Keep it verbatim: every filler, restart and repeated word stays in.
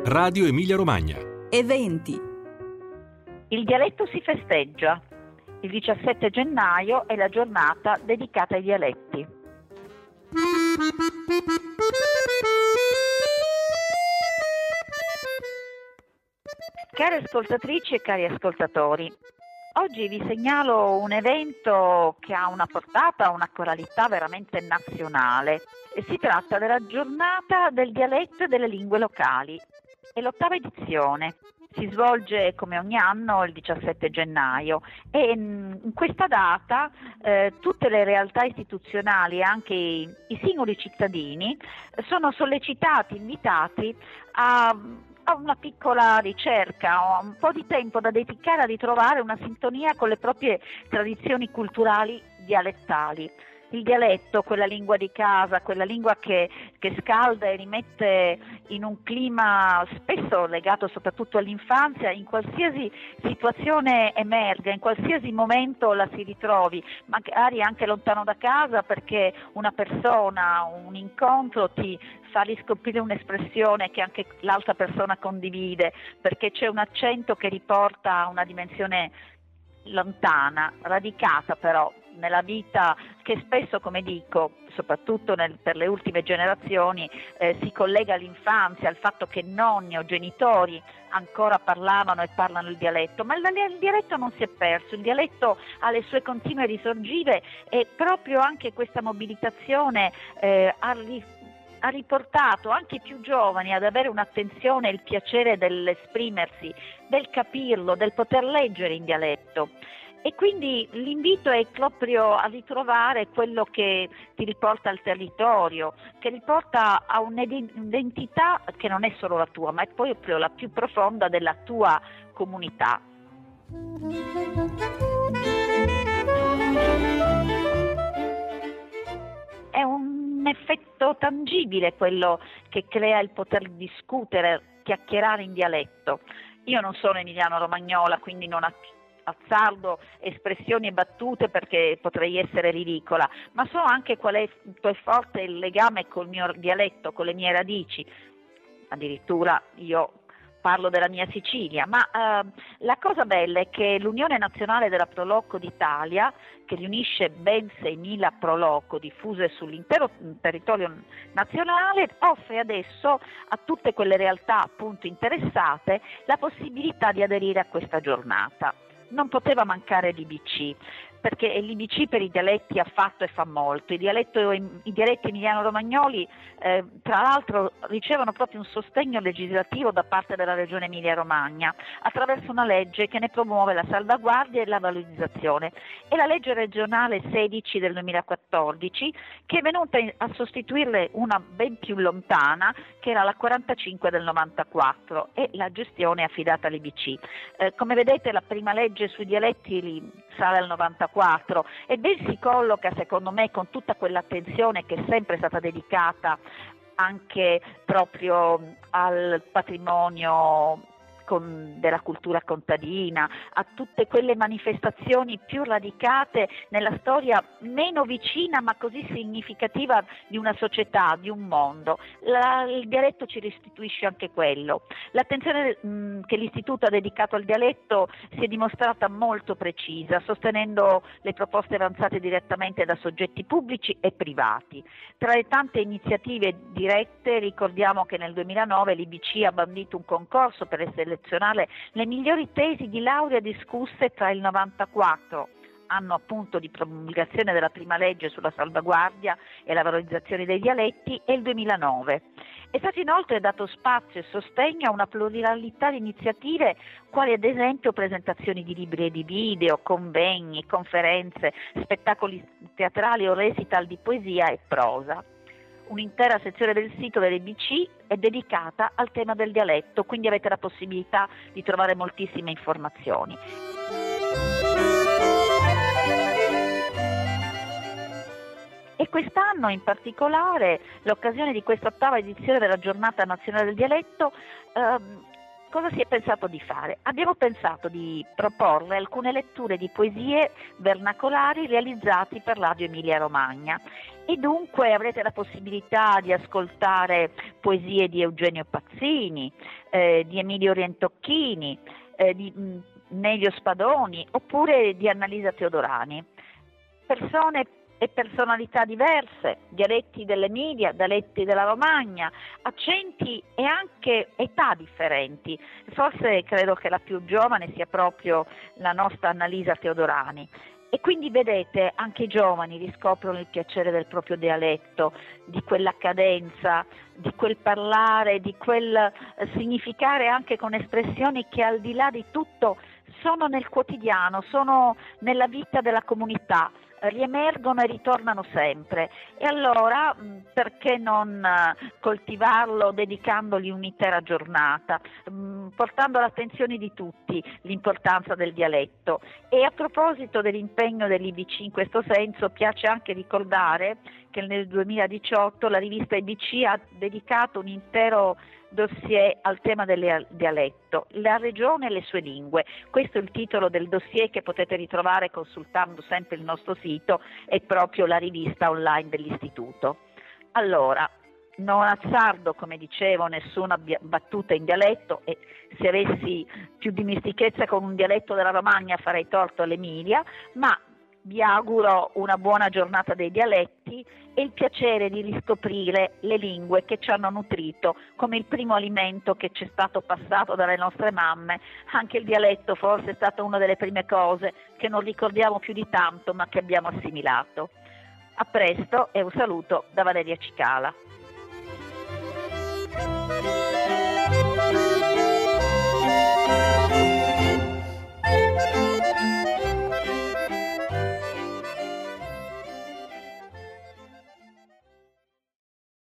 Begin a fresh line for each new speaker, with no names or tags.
Radio Emilia Romagna.
Eventi.
Il dialetto si festeggia. Il diciassette gennaio è la giornata dedicata ai dialetti. Care ascoltatrici e cari ascoltatori, oggi vi segnalo un evento che ha una portata, una coralità veramente nazionale. E si tratta della giornata del dialetto e delle lingue locali. È l'ottava edizione. Si svolge come ogni anno il diciassette gennaio e in questa data eh, tutte le realtà istituzionali e anche i, i singoli cittadini sono sollecitati, invitati a a una piccola ricerca, un po' di tempo da dedicare a ritrovare una sintonia con le proprie tradizioni culturali dialettali. Il dialetto, quella lingua di casa, quella lingua che, che scalda e rimette in un clima spesso legato soprattutto all'infanzia, in qualsiasi situazione emerga, in qualsiasi momento la si ritrovi, magari anche lontano da casa, perché una persona, un incontro ti fa riscoprire un'espressione che anche l'altra persona condivide, perché c'è un accento che riporta a una dimensione lontana, radicata però nella vita, che spesso, come dico, soprattutto nel, per le ultime generazioni, eh, si collega all'infanzia, al fatto che nonni o genitori ancora parlavano e parlano il dialetto, ma il, il dialetto non si è perso, il dialetto ha le sue continue risorgive e proprio anche questa mobilitazione eh, ha ri- ha riportato anche i più giovani ad avere un'attenzione e il piacere dell'esprimersi, del capirlo, del poter leggere in dialetto. E quindi l'invito è proprio a ritrovare quello che ti riporta al territorio, che riporta a un'identità che non è solo la tua, ma è poi proprio la più profonda della tua comunità. È un effetto tangibile quello che crea il poter discutere, chiacchierare in dialetto. Io non sono emiliano-romagnola, quindi non azzardo espressioni e battute perché potrei essere ridicola, ma so anche qual è, è forte il legame col mio dialetto, con le mie radici. Addirittura io parlo della mia Sicilia, ma eh, la cosa bella è che l'Unione Nazionale della Proloco d'Italia, che riunisce ben seimila Proloco diffuse sull'intero territorio nazionale, offre adesso a tutte quelle realtà appunto interessate la possibilità di aderire a questa giornata. Non poteva mancare l'I B C, perché l'I B C per i dialetti ha fatto e fa molto. I, dialetto, i dialetti emiliano-romagnoli eh, tra l'altro ricevono proprio un sostegno legislativo da parte della Regione Emilia-Romagna attraverso una legge che ne promuove la salvaguardia e la valorizzazione. È la legge regionale sedici del duemilaquattordici che è venuta a sostituirle una ben più lontana, che era la quarantacinque del novantaquattro, e la gestione è affidata all'I B C. Eh, come vedete, la prima legge sui dialetti sale al novantaquattro e ben si colloca, secondo me, con tutta quell'attenzione che è sempre stata dedicata anche proprio al patrimonio con, della cultura contadina, a tutte quelle manifestazioni più radicate nella storia meno vicina ma così significativa di una società, di un mondo. La, il dialetto ci restituisce anche quello. L'attenzione mh, che l'Istituto ha dedicato al dialetto si è dimostrata molto precisa, sostenendo le proposte avanzate direttamente da soggetti pubblici e privati. Tra le tante iniziative dirette ricordiamo che nel duemilanove l'I B C ha bandito un concorso per selezionare le migliori tesi di laurea discusse tra il novantaquattro, anno appunto di promulgazione della prima legge sulla salvaguardia e la valorizzazione dei dialetti, e il duemilanove. È stato inoltre dato spazio e sostegno a una pluralità di iniziative, quali ad esempio presentazioni di libri e di video, convegni, conferenze, spettacoli teatrali o recital di poesia e prosa. Un'intera sezione del sito dell'I B C è dedicata al tema del dialetto, quindi avete la possibilità di trovare moltissime informazioni. E quest'anno in particolare, l'occasione di questa ottava edizione della Giornata Nazionale del Dialetto, ehm, cosa si è pensato di fare? Abbiamo pensato di proporre alcune letture di poesie vernacolari realizzati per l'Agio Emilia Romagna e dunque avrete la possibilità di ascoltare poesie di Eugenio Pazzini, eh, di Emilio Rientocchini, eh, di mh, Nelio Spadoni oppure di Annalisa Teodorani. Persone e personalità diverse, dialetti dell'Emilia, dialetti della Romagna, accenti e anche età differenti. Forse credo che la più giovane sia proprio la nostra Annalisa Teodorani. E quindi vedete, anche i giovani riscoprono il piacere del proprio dialetto, di quella cadenza, di quel parlare, di quel significare anche con espressioni che al di là di tutto sono nel quotidiano, sono nella vita della comunità, riemergono e ritornano sempre. E allora perché non coltivarlo dedicandogli un'intera giornata, portando all'attenzione di tutti l'importanza del dialetto. E a proposito dell'impegno dell'I B C in questo senso, piace anche ricordare che nel duemiladiciotto la rivista I B C ha dedicato un intero dossier al tema del dialetto, la regione e le sue lingue. Questo è il titolo del dossier che potete ritrovare consultando sempre il nostro sito e proprio la rivista online dell'istituto. Allora, non azzardo, come dicevo, nessuna battuta in dialetto, e se avessi più dimestichezza con un dialetto della Romagna farei torto all'Emilia, ma vi auguro una buona giornata dei dialetti e il piacere di riscoprire le lingue che ci hanno nutrito come il primo alimento che ci è stato passato dalle nostre mamme. Anche il dialetto forse è stata una delle prime cose che non ricordiamo più di tanto ma che abbiamo assimilato. A presto e un saluto da Valeria Cicala.